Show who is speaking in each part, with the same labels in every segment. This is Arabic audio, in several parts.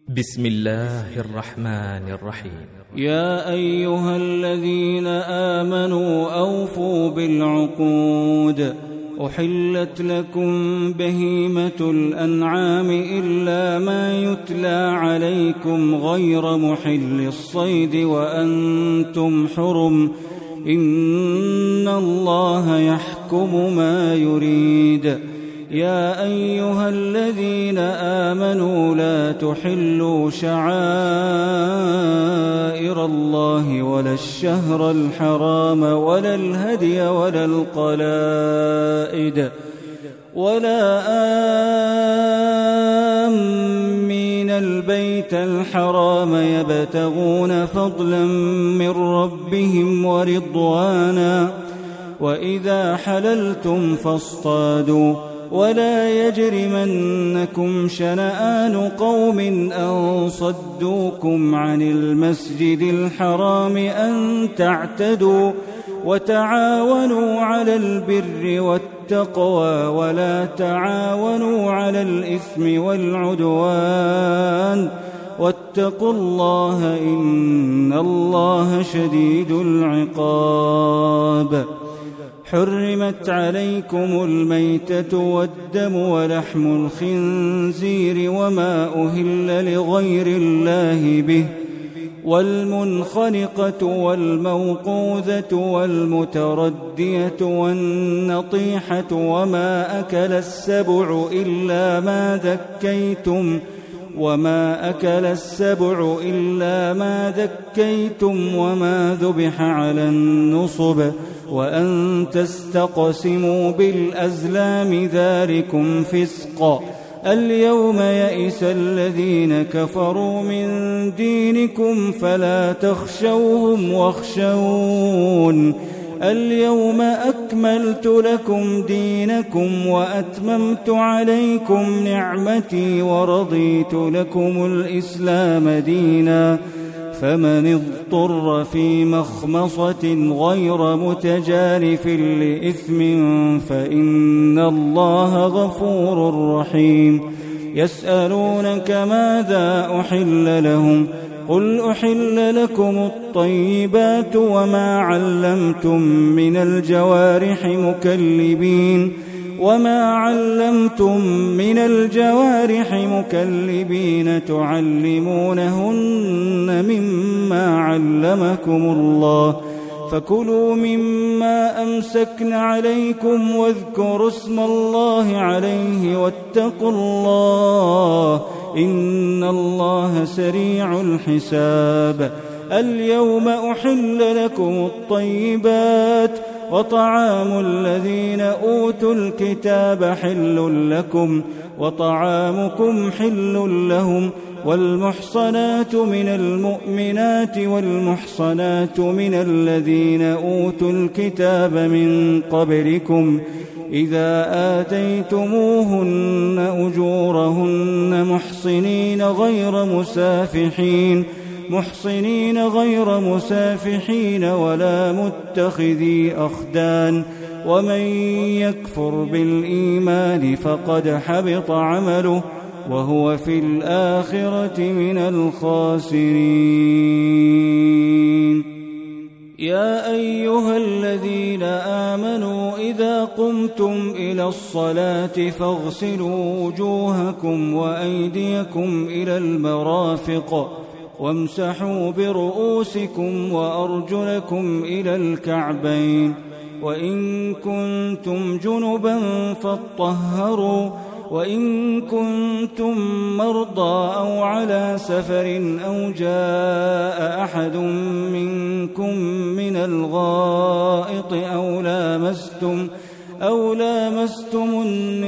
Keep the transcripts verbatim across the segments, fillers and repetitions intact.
Speaker 1: بسم الله الرحمن الرحيم.
Speaker 2: يا أيها الذين آمنوا أوفوا بالعقود، أحلت لكم بهيمة الأنعام إلا ما يتلى عليكم غير محل الصيد وأنتم حرم، إن الله يحكم ما يريد. يا أيها الذين آمنوا لا تحلوا شعائر الله ولا الشهر الحرام ولا الهدي ولا القلائد ولا آمين البيت الحرام يبتغون فضلا من ربهم ورضوانا، وإذا حللتم فاصطادوا، ولا يجرمنكم شنآن قوم أن صدوكم عن المسجد الحرام أن تعتدوا، وتعاونوا على البر والتقوى ولا تعاونوا على الإثم والعدوان، واتقوا الله إن الله شديد العقاب. حرمت عليكم الميتة والدم ولحم الخنزير وما أهل لغير الله به، والمنخنقة والموقوذة والمتردية والنطيحة وما أكل السبع إلا ما ذكيتم وما أكل السبع إلا ما ذكيتم وما ذبح على النصب، وأن تستقسموا بالأزلام ذلكم فسق. اليوم يئس الذين كفروا من دينكم فلا تخشوهم واخشون، اليوم أكملت لكم دينكم وأتممت عليكم نعمتي ورضيت لكم الإسلام دينا، فمن اضطر في مخمصة غير متجانف لإثم فإن الله غفور رحيم. يسألونك ماذا أحل لهم، قل أحل لكم الطيبات وما علمتم من الجوارح مكلبين وما علمتم من الجوارح مكلبين تعلمونهن مما علمكم الله، فكلوا مما أمسكن عليكم واذكروا اسم الله عليه واتقوا الله إن الله سريع الحساب. اليوم أحل لكم الطيبات، وطعام الذين أوتوا الكتاب حل لكم وطعامكم حل لهم، والمحصنات من المؤمنات والمحصنات من الذين أوتوا الكتاب من قبلكم إذا آتيتموهن أجورهن محصنين غير مسافحين محصنين غير مسافحين ولا متخذي أخدان، ومن يكفر بالإيمان فقد حبط عمله وهو في الآخرة من الخاسرين. يا أيها الذين آمنوا إذا قمتم إلى الصلاة فاغسلوا وجوهكم وأيديكم إلى المرافق وامسحوا برؤوسكم وأرجلكم إلى الكعبين، وإن كنتم جنبا فاطهروا، وإن كنتم مرضى أو على سفر أو جاء أحد منكم من الغائط أو لامستم أو لامستم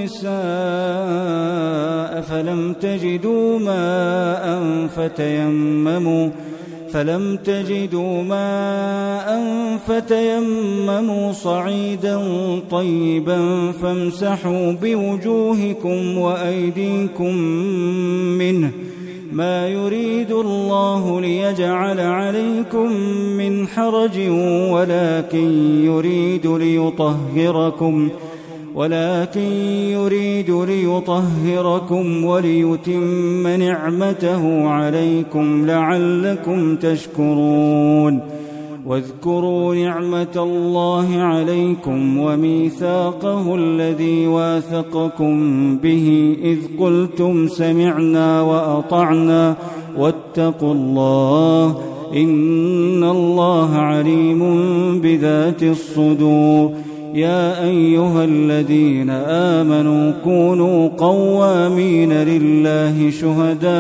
Speaker 2: النساء فلم تجدوا ماء فتيمموا فلم تجدوا ماء فتيمموا صعيدا طيبا فامسحوا بوجوهكم وأيديكم منه، ما يريد الله ليجعل عليكم من حرج ولكن يريد ليطهركم ولكن يريد ليطهركم وليتم نعمته عليكم لعلكم تشكرون. واذكروا نعمة الله عليكم وميثاقه الذي واثقكم به إذ قلتم سمعنا وأطعنا واتقوا الله إن الله عليم بذات الصدور. يا أيها الذين آمنوا كونوا قوامين لله شهداء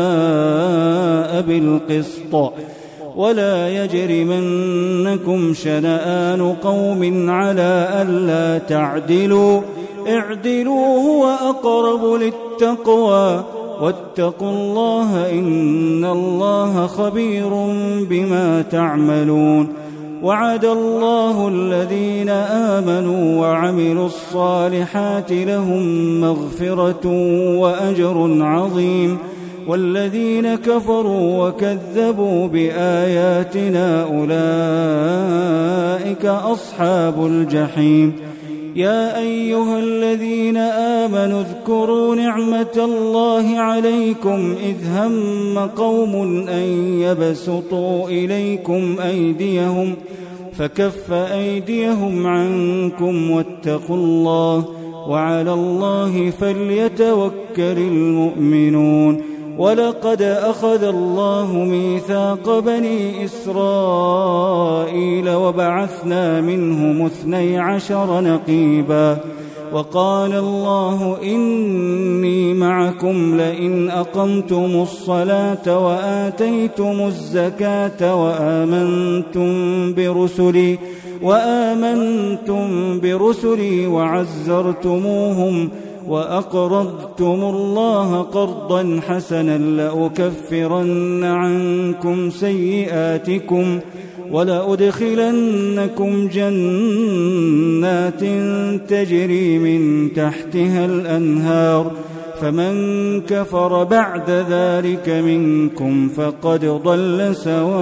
Speaker 2: بالقسط ولا يجرمنكم شنآن قوم على ألا تعدلوا اعدلوا هو أقرب للتقوى واتقوا الله إن الله خبير بما تعملون. وعد الله الذين آمنوا وعملوا الصالحات لهم مغفرة وأجر عظيم والذين كفروا وكذبوا بآياتنا أولئك أصحاب الجحيم. يا أيها الذين آمنوا اذكروا نعمة الله عليكم إذ هم قوم أن يبسطوا إليكم أيديهم فكف أيديهم عنكم واتقوا الله وعلى الله فليتوكل المؤمنون. ولقد أخذ الله ميثاق بني إسرائيل وبعثنا منهم اثني عشر نقيبا وقال الله إني معكم لئن أقمتم الصلاة وآتيتم الزكاة وآمنتم برسلي وآمنتم برسلي وعزرتموهم وأقرضتم الله قرضا حسنا لأكفرن عنكم سيئاتكم ولأدخلنكم جنات تجري من تحتها الأنهار فمن كفر بعد ذلك منكم فقد ضل سواء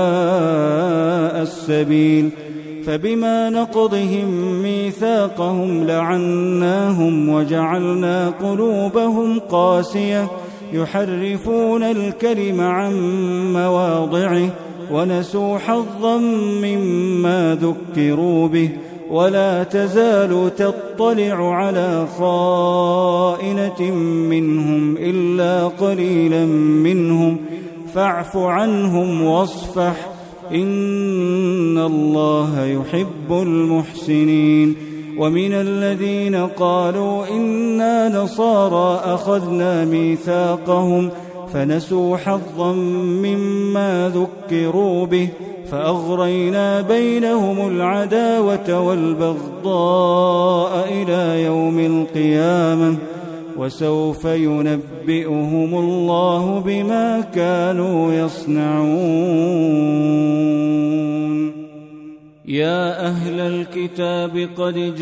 Speaker 2: السبيل. فبما نقضهم ميثاقهم لعناهم وجعلنا قلوبهم قاسية يحرفون الكلم عن مواضعه ونسوا حظا مما ذكروا به ولا تزال تطلع على خائنة منهم إلا قليلا منهم فاعف عنهم واصفح إن الله يحب المحسنين. ومن الذين قالوا إنا نصارى أخذنا ميثاقهم فنسوا حظا مما ذكروا به فأغرينا بينهم العداوة والبغضاء إلى يوم القيامة وسوف ينبئهم الله بما كانوا يصنعون. يا أهل الكتاب قد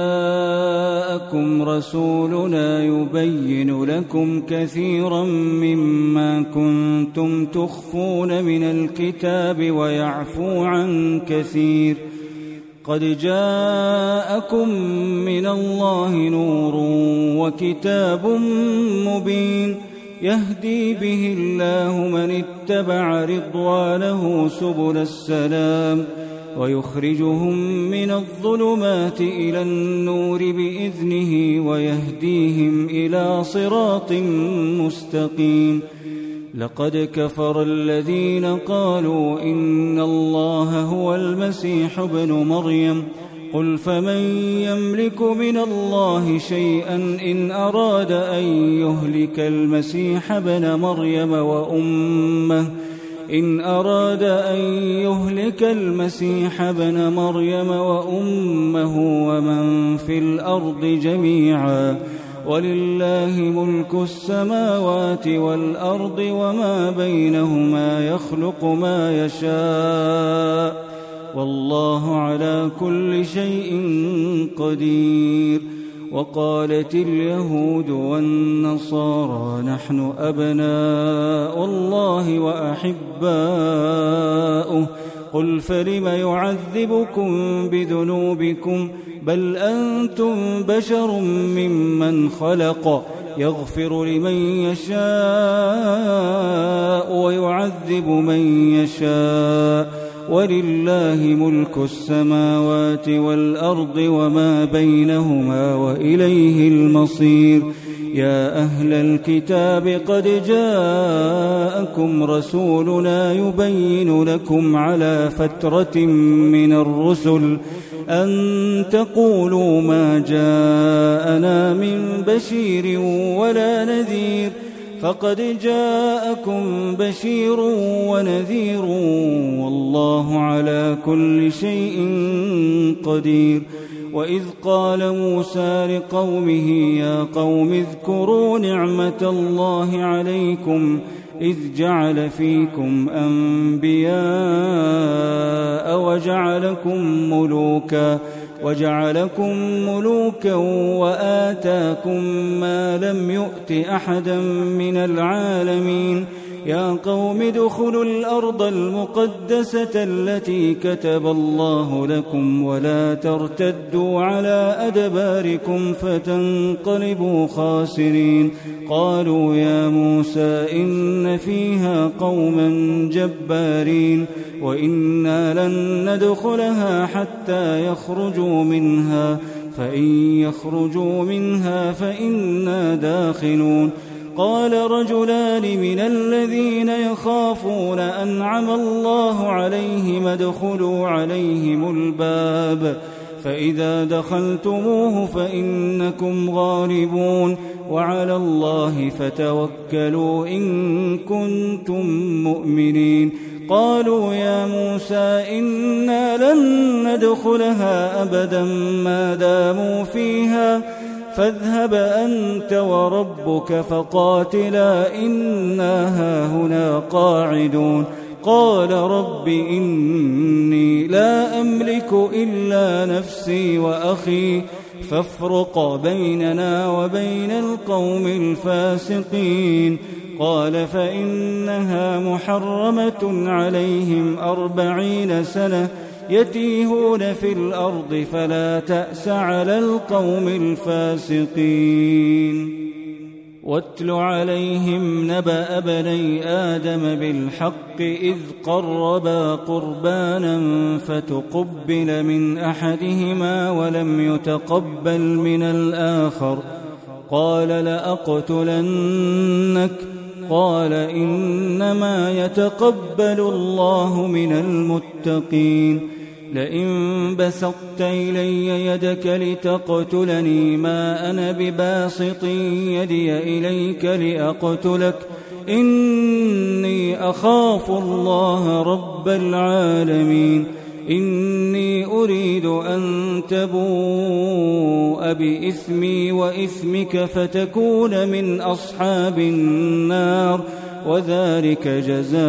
Speaker 2: جاءكم رسولنا يبين لكم كثيرا مما كنتم تخفون من الكتاب ويعفو عن كثير. قد جاءكم من الله نور وكتاب مبين يهدي به الله من اتبع رضوانه سبل السلام ويخرجهم من الظلمات إلى النور بإذنه ويهديهم إلى صراط مستقيم. لقد كفر الذين قالوا إن الله هو المسيح ابن مريم قل فمن يملك من الله شيئا إن أراد أن يهلك المسيح ابن مريم وأمه إن أراد أن يهلك المسيح ابن مريم وأمه ومن في الأرض جميعا ولله ملك السماوات والأرض وما بينهما يخلق ما يشاء والله على كل شيء قدير. وقالت اليهود والنصارى نحن أبناء الله وأحباؤه قل فلم يعذبكم بذنوبكم بل أنتم بشر ممن خلق يغفر لمن يشاء ويعذب من يشاء ولله ملك السماوات والأرض وما بينهما وإليه المصير يا أهل الكتاب قد جاءكم رسولنا يبين لكم على فترة من الرسل أن تقولوا ما جاءنا من بشير ولا نذير فقد جاءكم بشير ونذير والله على كل شيء قدير وإذ قال موسى لقومه يا قوم اذكروا نعمة الله عليكم إذ جعل فيكم أنبياء وجعلكم ملوكا وجعلكم ملوكا وآتاكم ما لم يؤت أحدا من العالمين يا قوم ادخلوا الأرض المقدسة التي كتب الله لكم ولا ترتدوا على أدباركم فتنقلبوا خاسرين قالوا يا موسى إن فيها قوما جبارين وإنا لن ندخلها حتى يخرجوا منها فإن يخرجوا منها فإنا داخلون قال رجلان من الذين يخافون أنعم الله عليهم ادخلوا عليهم الباب فإذا دخلتموه فإنكم غالبون وعلى الله فتوكلوا إن كنتم مؤمنين قالوا يا موسى إنا لن ندخلها أبدا ما داموا فيها فاذهب أنت وربك فقاتلا إنا هاهنا قاعدون قال رب إني لا أملك إلا نفسي وأخي فافرق بيننا وبين القوم الفاسقين قال فإنها محرمة عليهم أربعين سنة يتيهون في الأرض فلا تأس على القوم الفاسقين واتل عليهم نبأ بني آدم بالحق إذ قربا قربانا فتقبل من أحدهما ولم يتقبل من الآخر قال لأقتلنك قال إنما يتقبل الله من المتقين لئن بسطت إلي يدك لتقتلني ما أنا بباسط يدي إليك لأقتلك إني أخاف الله رب العالمين إني أريد أن تبوء بإثمي وإثمك فتكون من أصحاب النار وذلك جزاء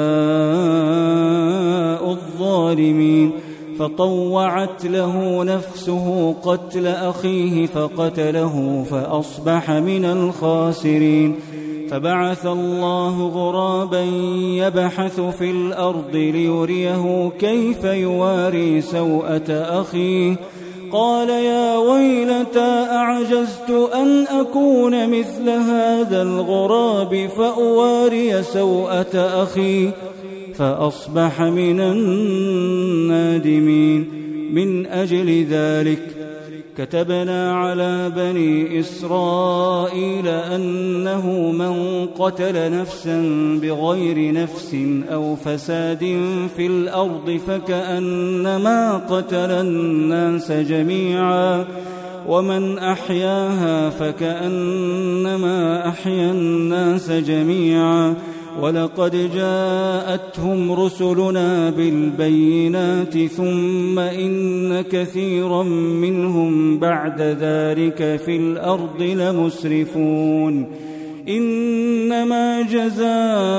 Speaker 2: الظالمين فطوعت له نفسه قتل أخيه فقتله فأصبح من الخاسرين فبعث الله غرابا يبحث في الأرض ليريه كيف يواري سوءة أخيه قال يا ويلتى أعجزت أن أكون مثل هذا الغراب فأواري سوءة أخي فأصبح من النادمين من أجل ذلك كتبنا على بني إسرائيل أنه من قتل نفسا بغير نفس أو فساد في الأرض فكأنما قتل الناس جميعا ومن أحياها فكأنما أحيا الناس جميعا ولقد جاءتهم رسلنا بالبينات ثم إن كثيرا منهم بعد ذلك في الأرض لمسرفون إنما جزاء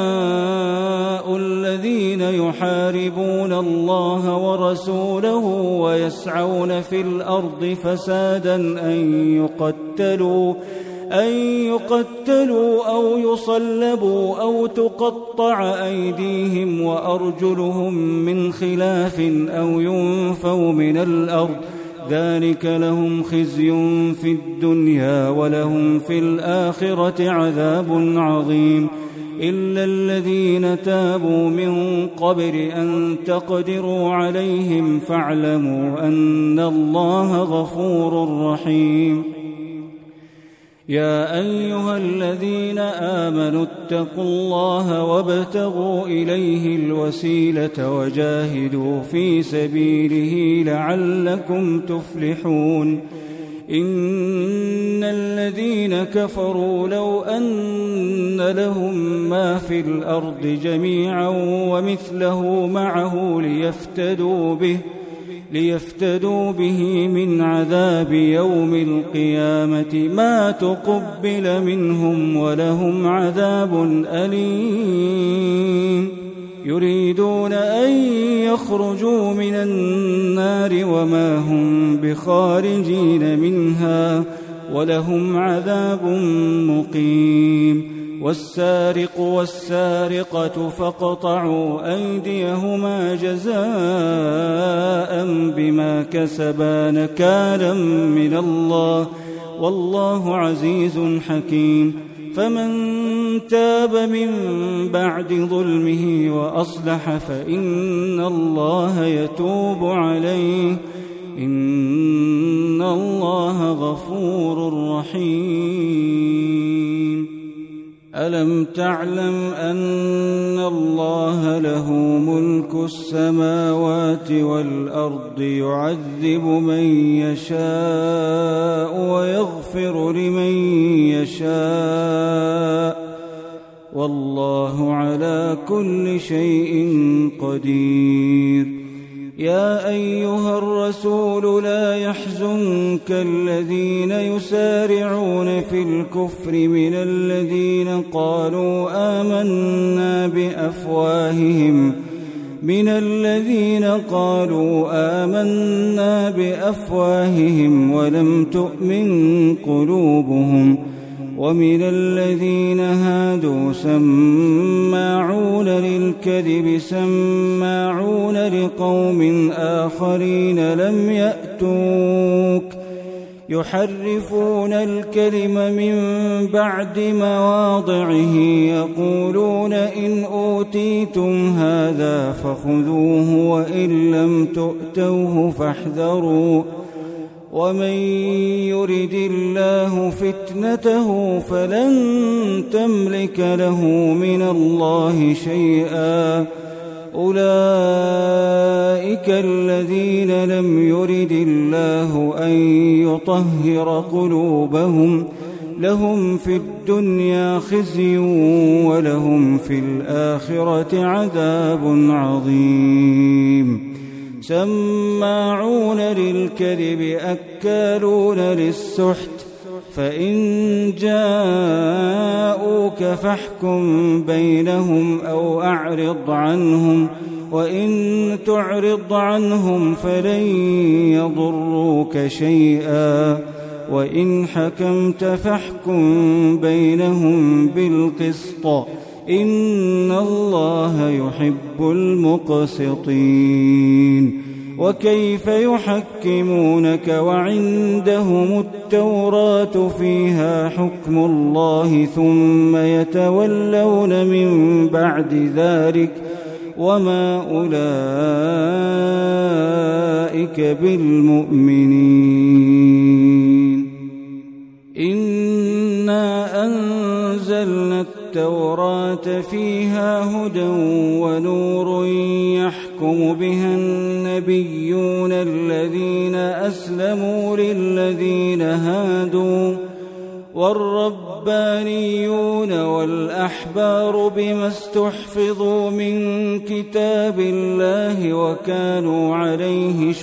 Speaker 2: الذين يحاربون الله ورسوله ويسعون في الأرض فسادا أن يقتلوا أن يقتلوا أو يصلبوا أو تقطع أيديهم وأرجلهم من خلاف أو ينفوا من الأرض ذلك لهم خزي في الدنيا ولهم في الآخرة عذاب عظيم إلا الذين تابوا من قبل أن تقدروا عليهم فاعلموا أن الله غفور رحيم يا أيها الذين آمنوا اتقوا الله وابتغوا إليه الوسيلة وجاهدوا في سبيله لعلكم تفلحون إن الذين كفروا لو أن لهم ما في الأرض جميعا ومثله معه ليفتدوا به ليفتدوا به من عذاب يوم القيامة ما تقبل منهم ولهم عذاب أليم يريدون أن يخرجوا من النار وما هم بخارجين منها ولهم عذاب مقيم والسارق والسارقة فاقطعوا أيديهما جزاء بما كسبا نكالا من الله والله عزيز حكيم فمن تاب من بعد ظلمه وأصلح فإن الله يتوب عليه إن الله غفور رحيم ألم تعلم أن الله له ملك السماوات والأرض يعذب من يشاء ويغفر لمن يشاء والله على كل شيء قدير يا أيها الرسول لا يحزنك الذين يسارعون في الكفر من الذين قالوا آمنا بأفواههم من الذين قالوا آمنا بأفواههم ولم تؤمن قلوبهم ومن الذين هادوا سماعون للكذب سماعون لقوم آخرين لم يأتوك يحرفون الكلم من بعد مواضعه يقولون إن أوتيتم هذا فخذوه وإن لم تؤتوه فاحذروا ومن يرد الله فتنته فلن تملك له من الله شيئا أولئك الذين لم يرد الله أن يطهر قلوبهم لهم في الدنيا خزي ولهم في الآخرة عذاب عظيم سماعون للكذب أكالون للسحت فإن جاءوك فاحكم بينهم أو أعرض عنهم وإن تعرض عنهم فلن يضروك شيئا وإن حكمت فاحكم بينهم بالقسط إن الله يحب المقسطين وكيف يحكمونك وعندهم التوراة فيها حكم الله ثم يتولون من بعد ذلك وما أولئك بالمؤمنين إنا أنزلنا التوراة فيها هدى ونور يحكم بها النبيون الذين أسلموا للذين هادوا والربانيون والأحبار بما استحفظوا من كتاب الله وكانوا عليه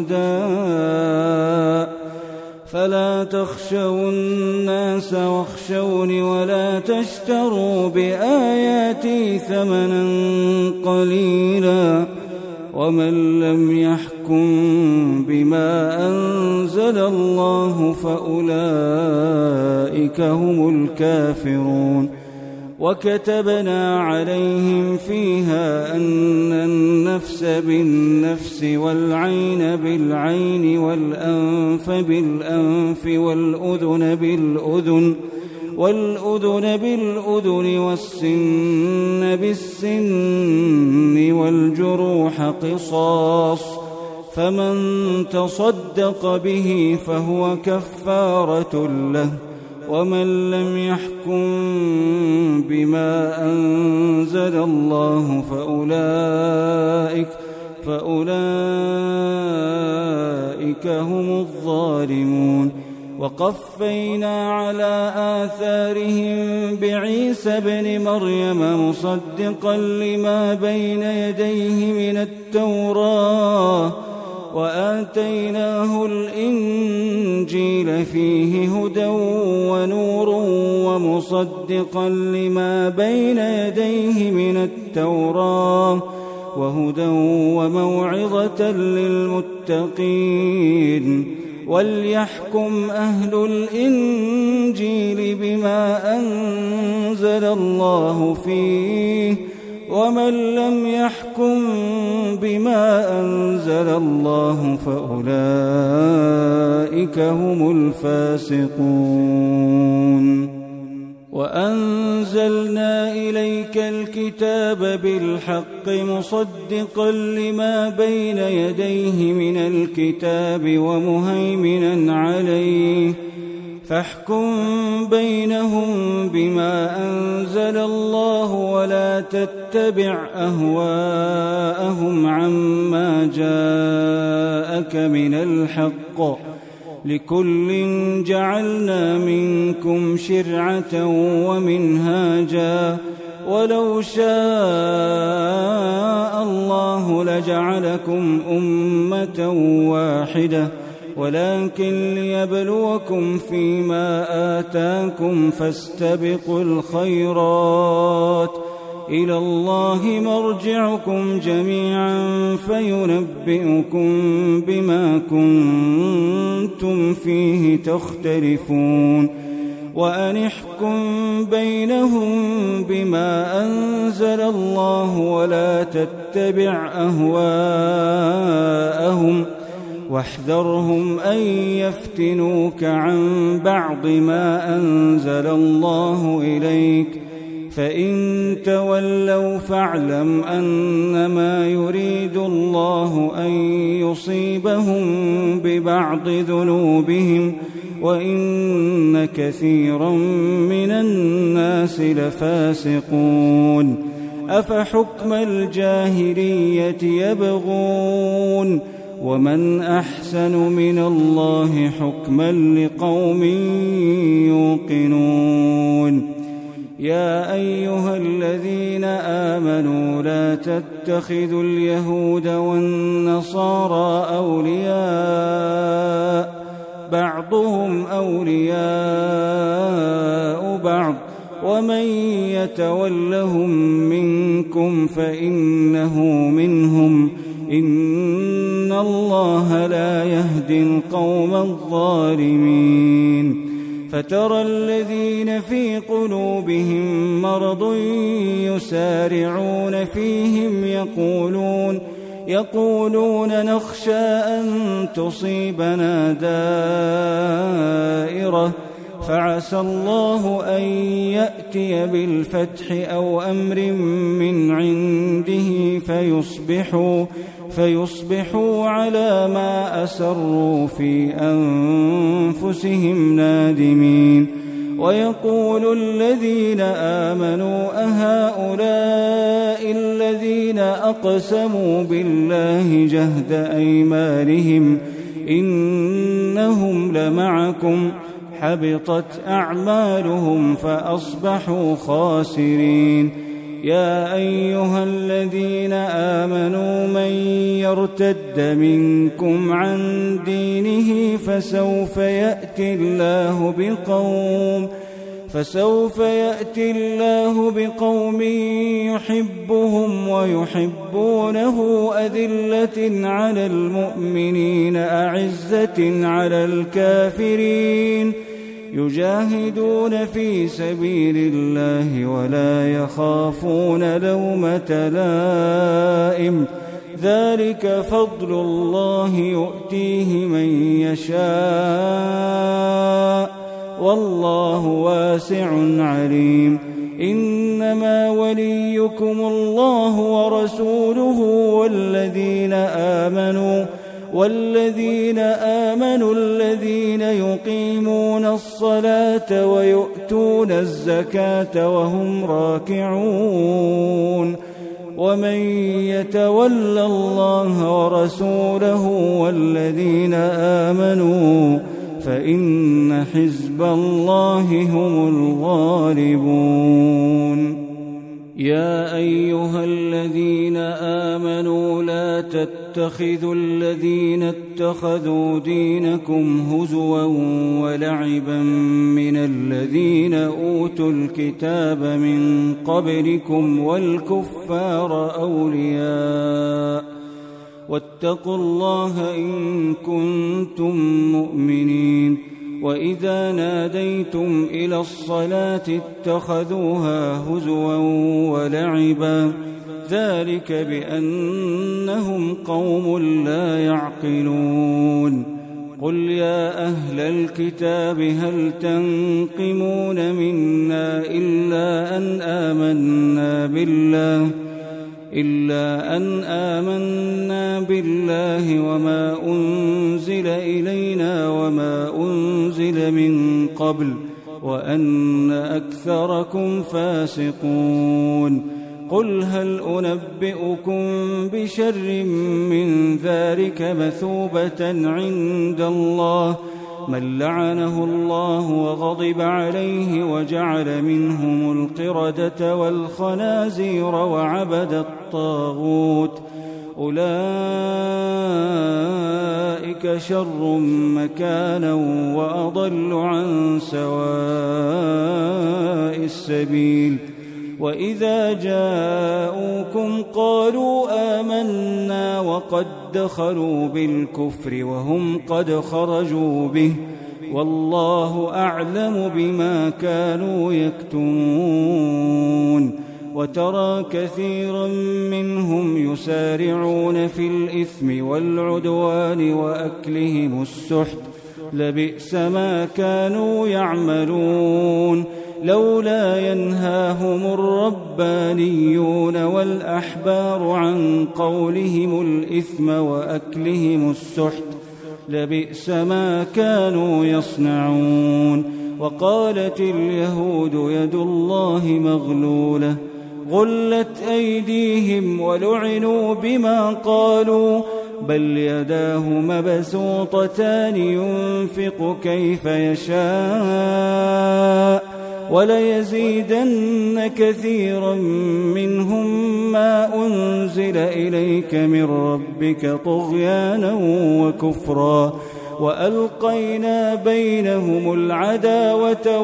Speaker 2: شهداء فلا تخشوا الناس واخشوني ولا تشتروا بآياتي ثمنا قليلا ومن لم يحكم بما أنزل الله فأولئك أولئك هم الكافرون. وكتبنا عليهم فيها أن النفس بالنفس والعين بالعين والأنف بالأنف والأذن بالأذن والأذن بالأذن والسن بالسن والجروح قصاص، فمن تصدق به فهو كفارة له، ومن لم يحكم بما أنزل الله فأولئك فأولئك هم الظالمون. وقفينا على آثارهم بعيسى ابن مريم مصدقا لما بين يديه من التوراة، وآتيناه الإنجيل فيه هدى ونور ومصدقا لما بين يديه من التوراة وهدى وموعظة للمتقين. وليحكم أهل الإنجيل بما أنزل الله فيه، ومن لم يحكم بما أنزل الله فأولئك هم الفاسقون. وأنزلنا إليك الكتاب بالحق مصدقا لما بين يديه من الكتاب ومهيمنا عليه، فاحكم بينهم بما أنزل الله ولا تتبع أهواءهم عما جاءك من الحق، لكل جعلنا منكم شرعة ومنهاجا، ولو شاء الله لجعلكم أمة واحدة، ولكن ليبلوكم فيما آتاكم فاستبقوا الخيرات، إلى الله مرجعكم جميعا فينبئكم بما كنتم فيه تختلفون. وأن احكم بينهم بما أنزل الله ولا تتبع أهواءهم، واحذرهم أن يفتنوك عن بعض ما أنزل الله إليك، فإن تولوا فاعلم أنما يريد الله أن يصيبهم ببعض ذنوبهم، وإن كثيرا من الناس لفاسقون. أفحكم الجاهلية يبغون، ومن أحسن من الله حكما لقوم يوقنون. يا أيها الذين آمنوا لا تتخذوا اليهود والنصارى أولياء، بعضهم أولياء بعض، ومن يتولهم منكم فإنه منهم، إن الله لا يهدي القوم الظالمين. فترى الذين في قلوبهم مرض يسارعون فيهم يقولون يقولون نخشى أن تصيبنا دائرة، فعسى الله أن يأتي بالفتح أو أمر من عنده فيصبحوا فيصبحوا على ما أسروا في أنفسهم نادمين. ويقول الذين آمنوا أهؤلاء الذين أقسموا بالله جهد أيمانهم إنهم لمعكم، حبطت أعمالهم فأصبحوا خاسرين. يا أيها الذين آمنوا من يرتد منكم عن دينه فسوف يأتي الله بقوم فسوف يأتي الله بقوم يحبهم ويحبونه أذلة على المؤمنين أعزة على الكافرين يجاهدون في سبيل الله ولا يخافون لومة لائم ذلك فضل الله يؤتيه من يشاء والله واسع عليم إنما وليكم الله ورسوله والذين آمنوا والذين آمنوا الذين يقيمون الصلاة ويؤتون الزكاة وهم راكعون ومن يتول الله ورسوله والذين آمنوا فإن حزب الله هم الغالبون يا أيها الذين آمنوا لا تتخذوا الذين اتخذوا دينكم هزوا ولعبا من الذين أوتوا الكتاب من قبلكم والكفار أولياء واتقوا الله إن كنتم مؤمنين وإذا ناديتم إلى الصلاة اتخذوها هزوا ولعبا ذلك بأنهم قوم لا يعقلون قل يا أهل الكتاب هل تنقمون منا إلا أن آمنا بالله إلا أن آمنا بالله وما أنزل إلينا وما أنزل من قبل وأن أكثركم فاسقون قل هل أنبئكم بشر من ذلك مثوبة عند الله من لعنه الله وغضب عليه وجعل منهم القردة والخنازير وعبد الطاغوت أولئك شر مكانا وأضل عن سواء السبيل وإذا جاءوكم قالوا آمنا وقد دخلوا بالكفر وهم قد خرجوا به والله أعلم بما كانوا يكتمون وترى كثيرا منهم يسارعون في الإثم والعدوان وأكلهم السحت لبئس ما كانوا يعملون لولا ينهاهم الربانيون والأحبار عن قولهم الإثم وأكلهم السحت لبئس ما كانوا يصنعون وقالت اليهود يد الله مغلولة غلت أيديهم ولعنوا بما قالوا بل يداه مبسوطتان ينفق كيف يشاء وليزيدن كثيرا منهم ما أنزل إليك من ربك طغيانا وكفرا وألقينا بينهم العداوة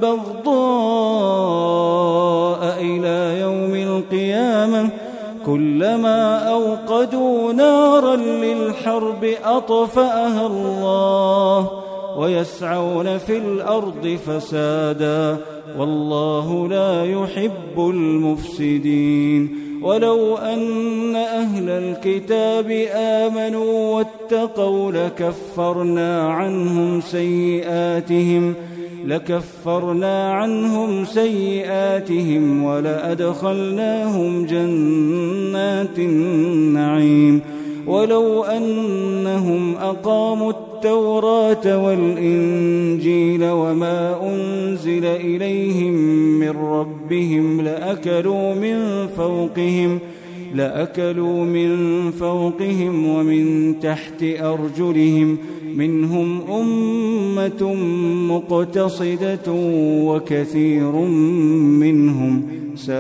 Speaker 2: والبغضاء إلى يوم القيامة كلما أوقدوا نارا للحرب أطفأها الله ويسعون في الأرض فسادا والله لا يحب المفسدين ولو أن أهل الكتاب آمنوا واتقوا لكفرنا عنهم سيئاتهم لكفرنا عنهم سيئاتهم ولأدخلناهم جنات النعيم ولو أنهم أقاموا التوراة والإنجيل وما أنزل إليهم من ربهم لأكلوا من فوقهم لأكلوا من فوقهم ومن تحت أرجلهم منهم أمة مقتصدة وكثير منهم ساء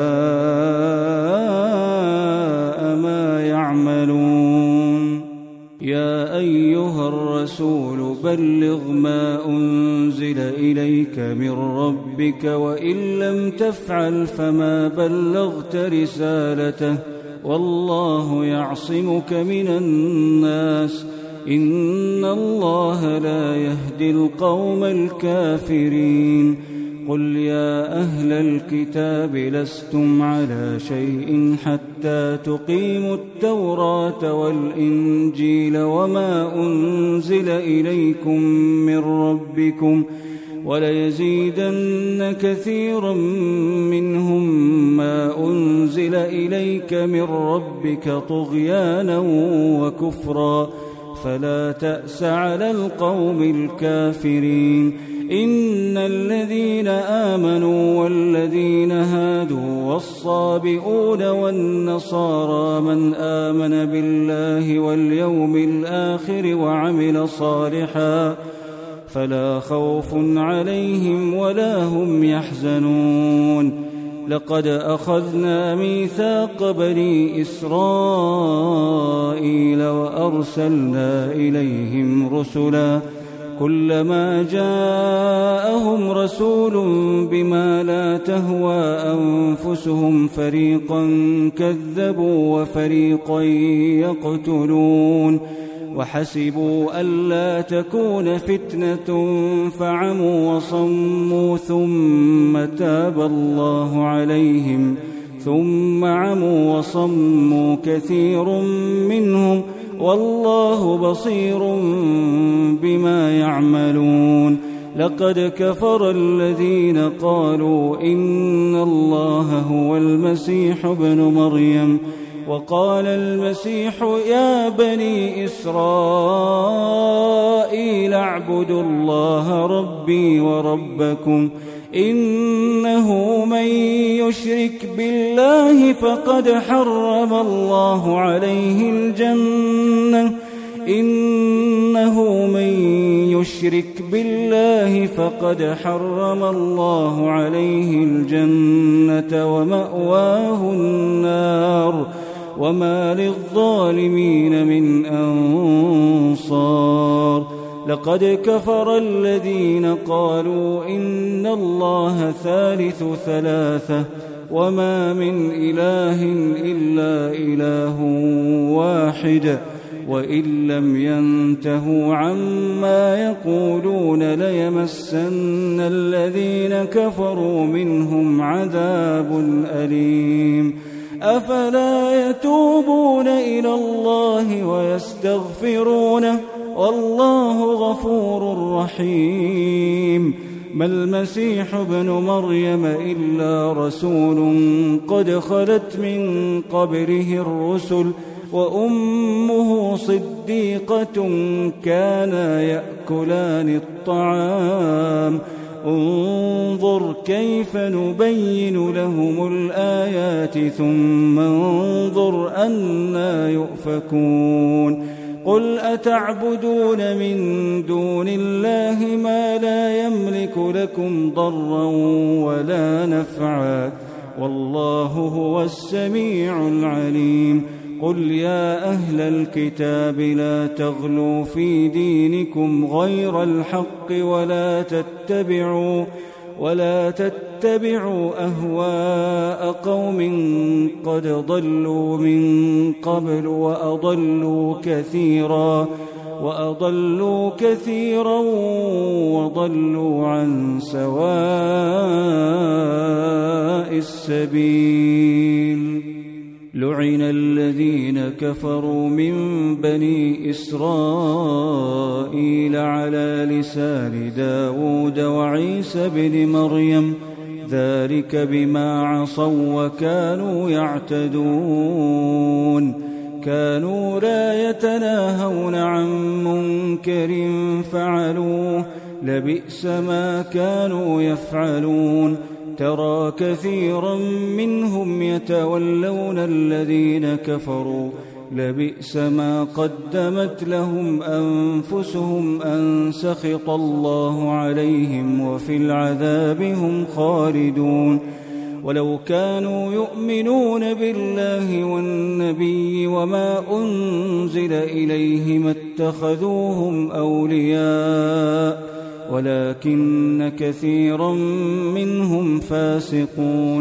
Speaker 2: ما يعملون يا أيها الرسول بلغ ما أنزل إليك من ربك وإن لم تفعل فما بلغت رسالته والله يعصمك من الناس إن الله لا يهدي القوم الكافرين قل يا أهل الكتاب لستم على شيء حتى تقيموا التوراة والإنجيل وما أنزل إليكم من ربكم وليزيدن كثيرا منهم ما أنزل إليك من ربك طغيانا وكفرا فلا تأس على القوم الكافرين إن الذين آمنوا والذين هادوا والصابئون والنصارى من آمن بالله واليوم الآخر وعمل صالحا فلا خوف عليهم ولا هم يحزنون لقد أخذنا ميثاق بني إسرائيل وأرسلنا إليهم رسلا كلما جاءهم رسول بما لا تهوى أنفسهم فريقا كذبوا وفريقا يقتلون وحسبوا ألا تكون فتنة فعموا وصموا ثم تاب الله عليهم ثم عموا وصموا كثير منهم والله بصير بما يعملون لقد كفر الذين قالوا إن الله هو المسيح ابن مريم وقال المسيح يا بني إسرائيل اعبدوا الله ربي وربكم إنه من يشرك بالله فقد حرم الله عليه الجنة إنه من يشرك بالله فقد حرم الله عليه الجنة ومأواه النار وما للظالمين من أنصار لقد كفر الذين قالوا إن الله ثالث ثلاثة وما من إله إلا إله واحد وإن لم ينتهوا عما يقولون ليمسن الذين كفروا منهم عذاب أليم أفلا يتوبون إلى الله ويستغفرونه والله غفور رحيم ما المسيح ابن مريم إلا رسول قد خلت من قبله الرسل وأمه صديقة كانا يأكلان الطعام انظر كيف نبين لهم الآيات ثم انظر أنى يؤفكون قل أتعبدون من دون الله ما لا يملك لكم ضرا ولا نفعا والله هو السميع العليم قل يا أهل الكتاب لا تغلوا في دينكم غير الحق ولا تتبعوا ولا تتبعوا أهواء قوم قد ضلوا من قبل وأضلوا كثيرا وأضلوا كثيرا وضلوا عن سواء السبيل لعن الذين كفروا من بني إسرائيل على لسان داود وعيسى بن مريم ذلك بما عصوا وكانوا يعتدون كانوا لا يتناهون عن منكر فعلوه لبئس ما كانوا يفعلون ترى كثيرا منهم يتولون الذين كفروا لبئس ما قدمت لهم أنفسهم أن سخط الله عليهم وفي العذاب هم خالدون ولو كانوا يؤمنون بالله والنبي وما أنزل إليه ما اتخذوهم أولياء ولكن كثيرا منهم فاسقون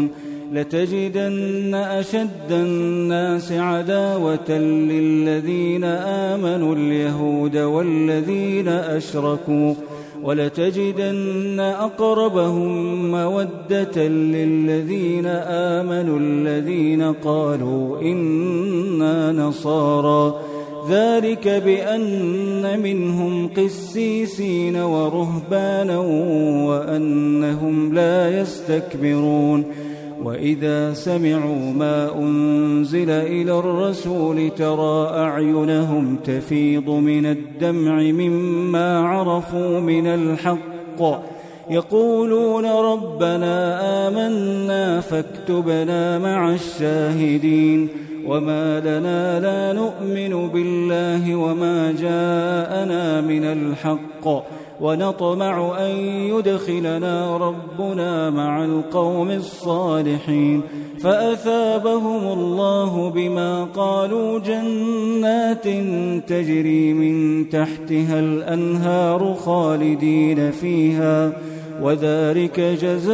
Speaker 2: لتجدن أشد الناس عداوة للذين آمنوا اليهود والذين أشركوا ولتجدن أقربهم مودة للذين آمنوا الذين قالوا إنا نصارى ذلك بأن منهم قسيسين ورهبانا وأنهم لا يستكبرون وإذا سمعوا ما أنزل إلى الرسول ترى أعينهم تفيض من الدمع مما عرفوا من الحق يقولون ربنا آمنا فاكتبنا مع الشاهدين وما لنا لا نؤمن بالله وما جاءنا من الحق ونطمع أن يدخلنا ربنا مع القوم الصالحين فأثابهم الله بما قالوا جنات تجري من تحتها الأنهار خالدين فيها وذلك جزاء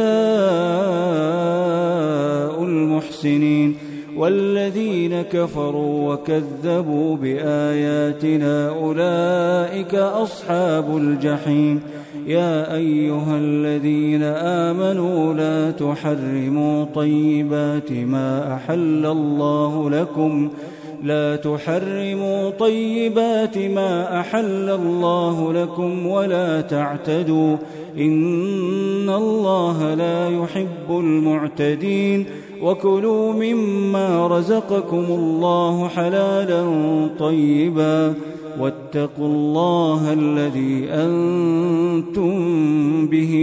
Speaker 2: المحسنين والذين كفروا وكذبوا بآياتنا أولئك أصحاب الجحيم يا أيها الذين آمنوا لا تحرموا طيبات ما أحل الله لكم لا تحرموا طيبات ما أحل الله لكم ولا تعتدوا إن الله لا يحب المعتدين وكلوا مما رزقكم الله حلالا طيبا واتقوا الله الذي أنتم به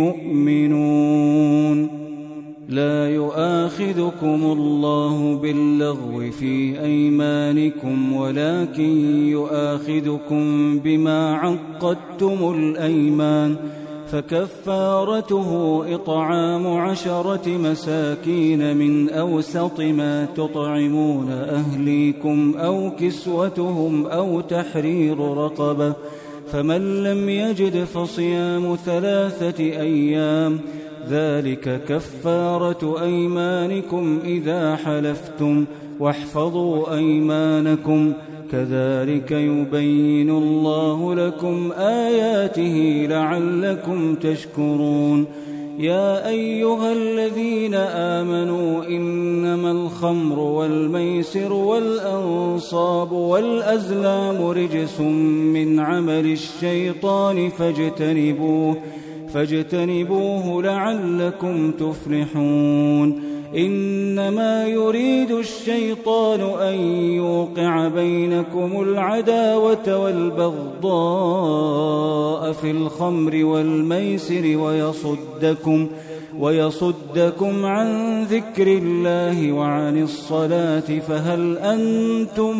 Speaker 2: مؤمنون لا يؤاخذكم الله باللغو في أيمانكم ولكن يؤاخذكم بما عقدتم الأيمان فكفارته إطعام عشرة مساكين من أوسط ما تطعمون أهليكم أو كسوتهم أو تحرير رقبة فمن لم يجد فصيام ثلاثة أيام ذلك كفارة أيمانكم إذا حلفتم واحفظوا أيمانكم كذلك يبين الله لكم آياته لعلكم تشكرون يا أيها الذين آمنوا إنما الخمر والميسر والأنصاب والأزلام رجس من عمل الشيطان فاجتنبوه فاجتنبوه لعلكم تفلحون إنما يريد الشيطان أن يوقع بينكم العداوة والبغضاء في الخمر والميسر ويصدكم ويصدكم عن ذكر الله وعن الصلاة فهل أنتم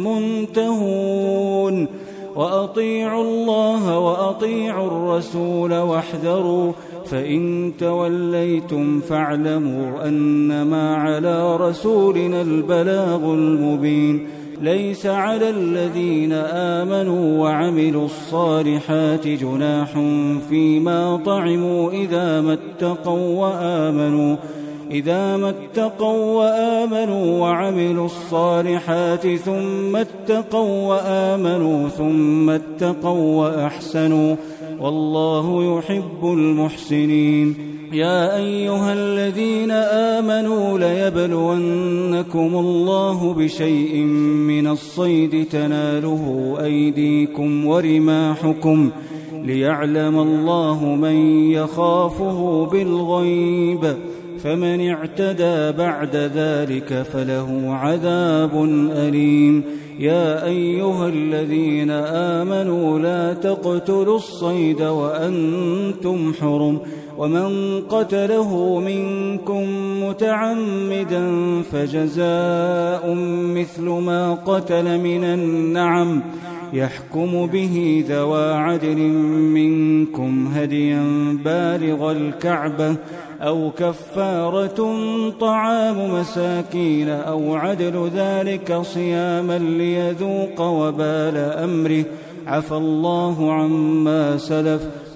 Speaker 2: منتهون وأطيعوا الله وأطيعوا الرسول واحذروا فإن توليتم فاعلموا أنما على رسولنا البلاغ المبين ليس على الذين آمنوا وعملوا الصالحات جناح فيما طعموا إذا ما اتقوا وآمنوا إذا ما اتقوا وآمنوا وعملوا الصالحات ثم اتقوا وآمنوا ثم اتقوا وأحسنوا والله يحب المحسنين يا أيها الذين آمنوا ليبلونكم الله بشيء من الصيد تناله أيديكم ورماحكم ليعلم الله من يخافه بالغيب فمن اعتدى بعد ذلك فله عذاب أليم يا أيها الذين آمنوا لا تقتلوا الصيد وأنتم حرم ومن قتله منكم متعمدا فجزاء مثل ما قتل من النعم يحكم به ذوى عدل منكم هديا بالغ الكعبة أو كفارة طعام مساكين أو عدل ذلك صياما ليذوق وبال أمره عفى الله عما سلف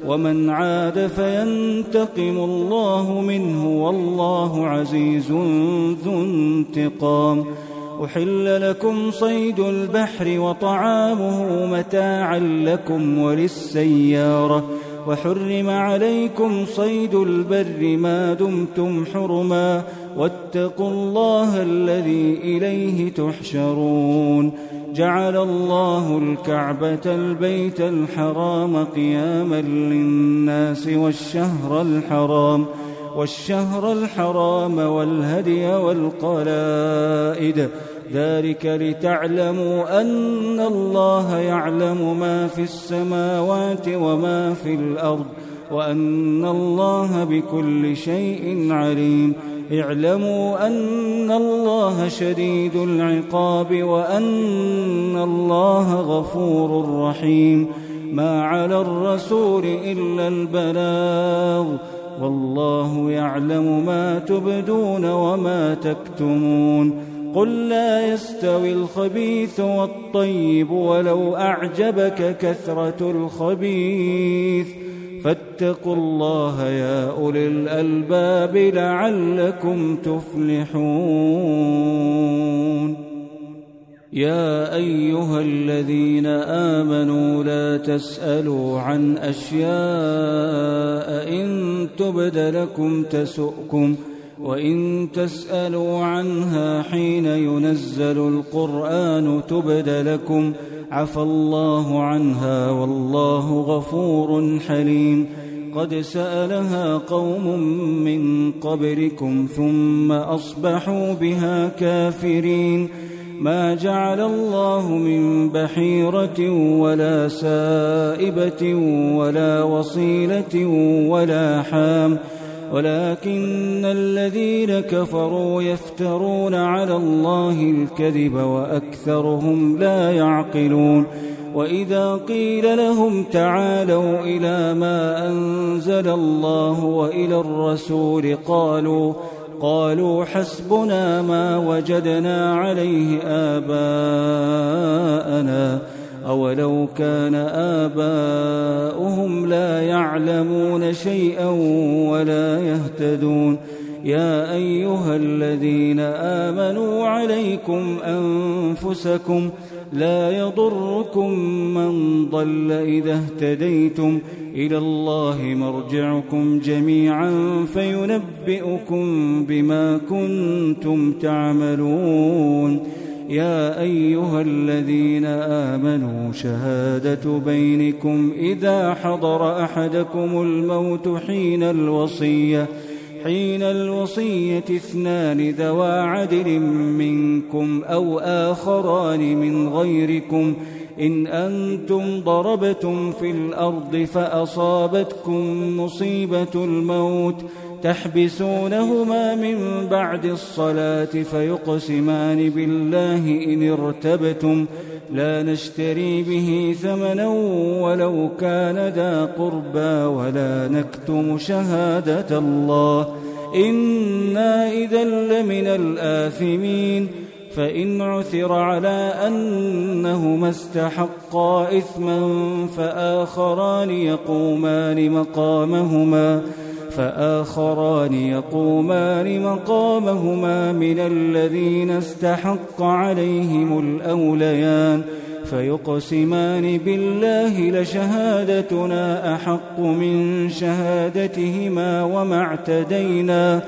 Speaker 2: ومن عاد فينتقم الله منه والله عزيز ذو انتقام. أحل لكم صيد البحر وطعامه متاعا لكم وللسيارة وحرم عليكم صيد البر ما دمتم حرما واتقوا الله الذي إليه تحشرون. جعل الله الكعبة البيت الحرام قياما للناس والشهر الحرام والشهر الحرام والهدي والقلائد ذلك لتعلموا أن الله يعلم ما في السماوات وما في الأرض وأن الله بكل شيء عليم. اعلموا أن الله شديد العقاب وأن الله غفور رحيم. ما على الرسول إلا البلاغ والله يعلم ما تبدون وما تكتمون. قل لا يستوي الخبيث والطيب ولو أعجبك كثرة الخبيث فاتقوا الله يا أولي الألباب لعلكم تفلحون. يا أيها الذين آمنوا لا تسألوا عن أشياء إن تبد لكم تسؤكم وإن تسألوا عنها حين ينزل القرآن تبد لكم عفى الله عنها والله غفور حليم. قد سألها قوم من قبلكم ثم أصبحوا بها كافرين. ما جعل الله من بحيرة ولا سائبة ولا وصيلة ولا حام ولكن الذين كفروا يفترون على الله الكذب وأكثرهم لا يعقلون. وإذا قيل لهم تعالوا إلى ما أنزل الله وإلى الرسول قالوا قالوا حسبنا ما وجدنا عليه آباءنا أولو كان آباؤهم لا يعلمون شيئا ولا يهتدون. يا أيها الذين آمنوا عليكم أنفسكم لا يضركم من ضل إذا اهتديتم إلى الله مرجعكم جميعا فينبئكم بما كنتم تعملون. يا أيها الذين آمنوا شهادة بينكم إذا حضر أحدكم الموت حين الوصية حين الوصية اثنان ذوا عدل منكم أو آخران من غيركم إن أنتم ضربتم في الأرض فأصابتكم مصيبة الموت تحبسونهما من بعد الصلاة فيقسمان بالله إن ارتبتم لا نشتري به ثمنا ولو كان ذا قربى ولا نكتم شهادة الله إنا إذا لمن الآثمين. فإن عثر على أنهما استحقا إثما فآخران يقومان مقامهما فآخران يقومان مقامهما من الذين استحق عليهم الأوليان فيقسمان بالله لشهادتنا أحق من شهادتهما وما اعتدينا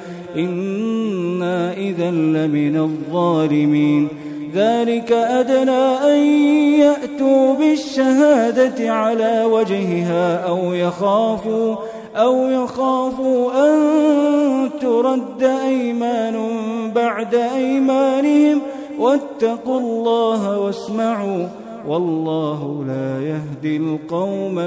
Speaker 2: إنا إذا لمن الظالمين. ذلك أدنى أن يأتوا بالشهادة على وجهها أو يخافوا أو يخافوا أن ترد أيمان بعد أيمانهم واتقوا الله واسمعوا والله لا يهدي القوم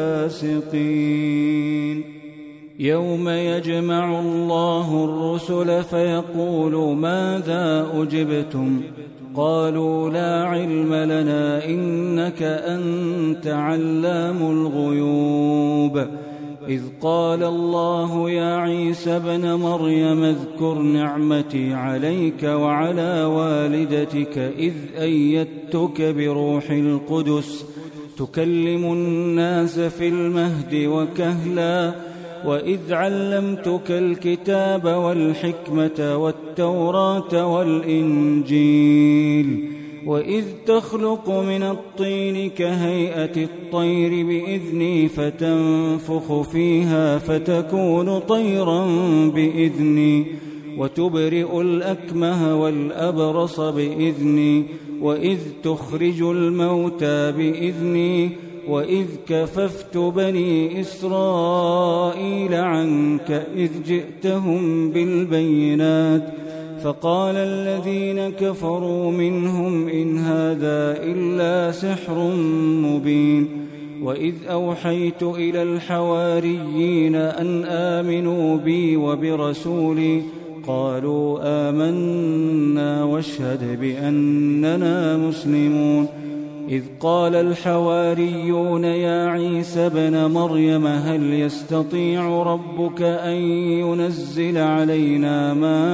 Speaker 2: الفاسقين. يوم يجمع الله الرسل فيقول ماذا أجبتم قالوا لا علم لنا إنك أنت علام الغيوب. إذ قال الله يا عيسى ابن مريم اذكر نعمتي عليك وعلى والدتك إذ أيدتك بروح القدس تكلم الناس في المهد وكهلا وإذ علمتك الكتاب والحكمة والتوراة والإنجيل وإذ تخلق من الطين كهيئة الطير بإذني فتنفخ فيها فتكون طيرا بإذني وتبرئ الأكمه والأبرص بإذني وإذ تخرج الموتى بإذني وإذ كففت بني إسرائيل عنك إذ جئتهم بالبينات فقال الذين كفروا منهم إن هذا إلا سحر مبين وإذ أوحيت إلى الحواريين أن آمنوا بي وبرسولي قالوا آمنا واشهد بأننا مسلمون إذ قال الحواريون يا عيسى ابن مريم هل يستطيع ربك أن ينزل علينا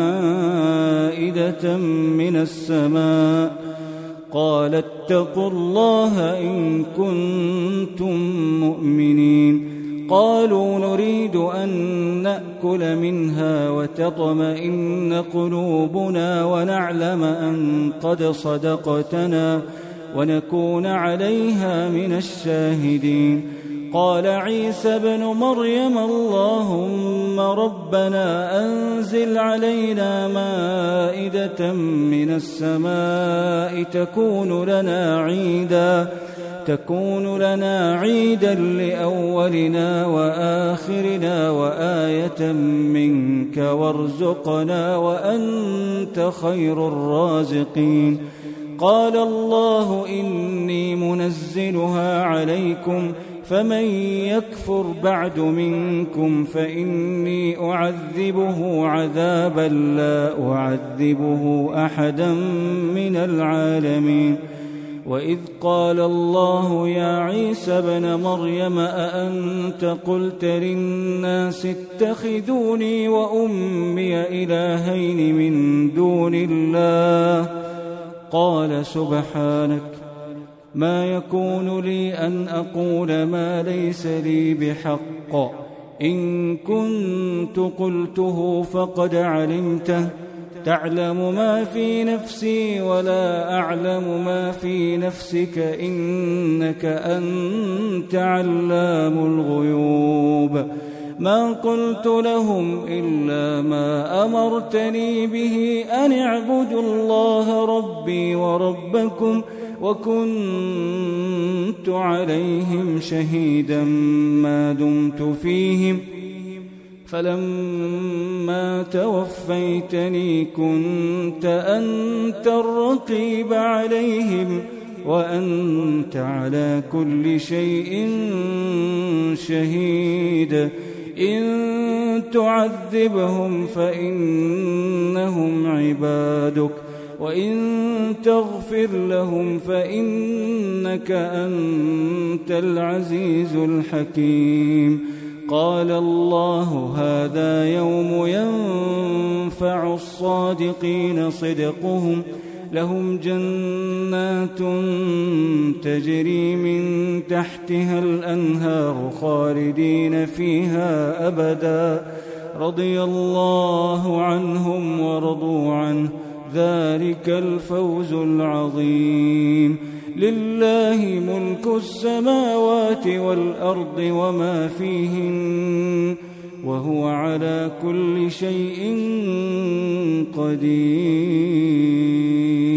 Speaker 2: مائدة من السماء قال اتقوا الله إن كنتم مؤمنين قالوا نريد أن نأكل منها وتطمئن قلوبنا ونعلم أن قد صدقتنا ونكون عليها من الشاهدين قال عيسى ابن مريم اللهم ربنا أنزل علينا مائدة من السماء تكون لنا عيدا تكون لنا عيدا لأولنا وآخرنا وآية منك وارزقنا وأنت خير الرازقين قال الله إني منزلها عليكم فمن يكفر بعد منكم فإني أعذبه عذابا لا أعذبه أحدا من العالمين وإذ قال الله يا عيسى ابن مريم أأنت قلت للناس اتخذوني وأمي إلهين من دون الله قال سبحانك ما يكون لي أن أقول ما ليس لي بحق إن كنت قلته فقد علمته تعلم ما في نفسي ولا أعلم ما في نفسك إنك أنت علام الغيوب ما قلت لهم إلا ما أمرتني به أن اعبدوا الله ربي وربكم وكنت عليهم شهيدا ما دمت فيهم فلما توفيتني كنت أنت الرقيب عليهم وأنت على كل شيء شهيد إن تعذبهم فإنهم عبادك وإن تغفر لهم فإنك أنت العزيز الحكيم قال الله هذا يوم ينفع الصادقين صدقهم لهم جنات تجري من تحتها الأنهار خالدين فيها أبدا رضي الله عنهم ورضوا عنه ذلك الفوز العظيم لله ملك السماوات والأرض وما فيهن وهو على كل شيء قدير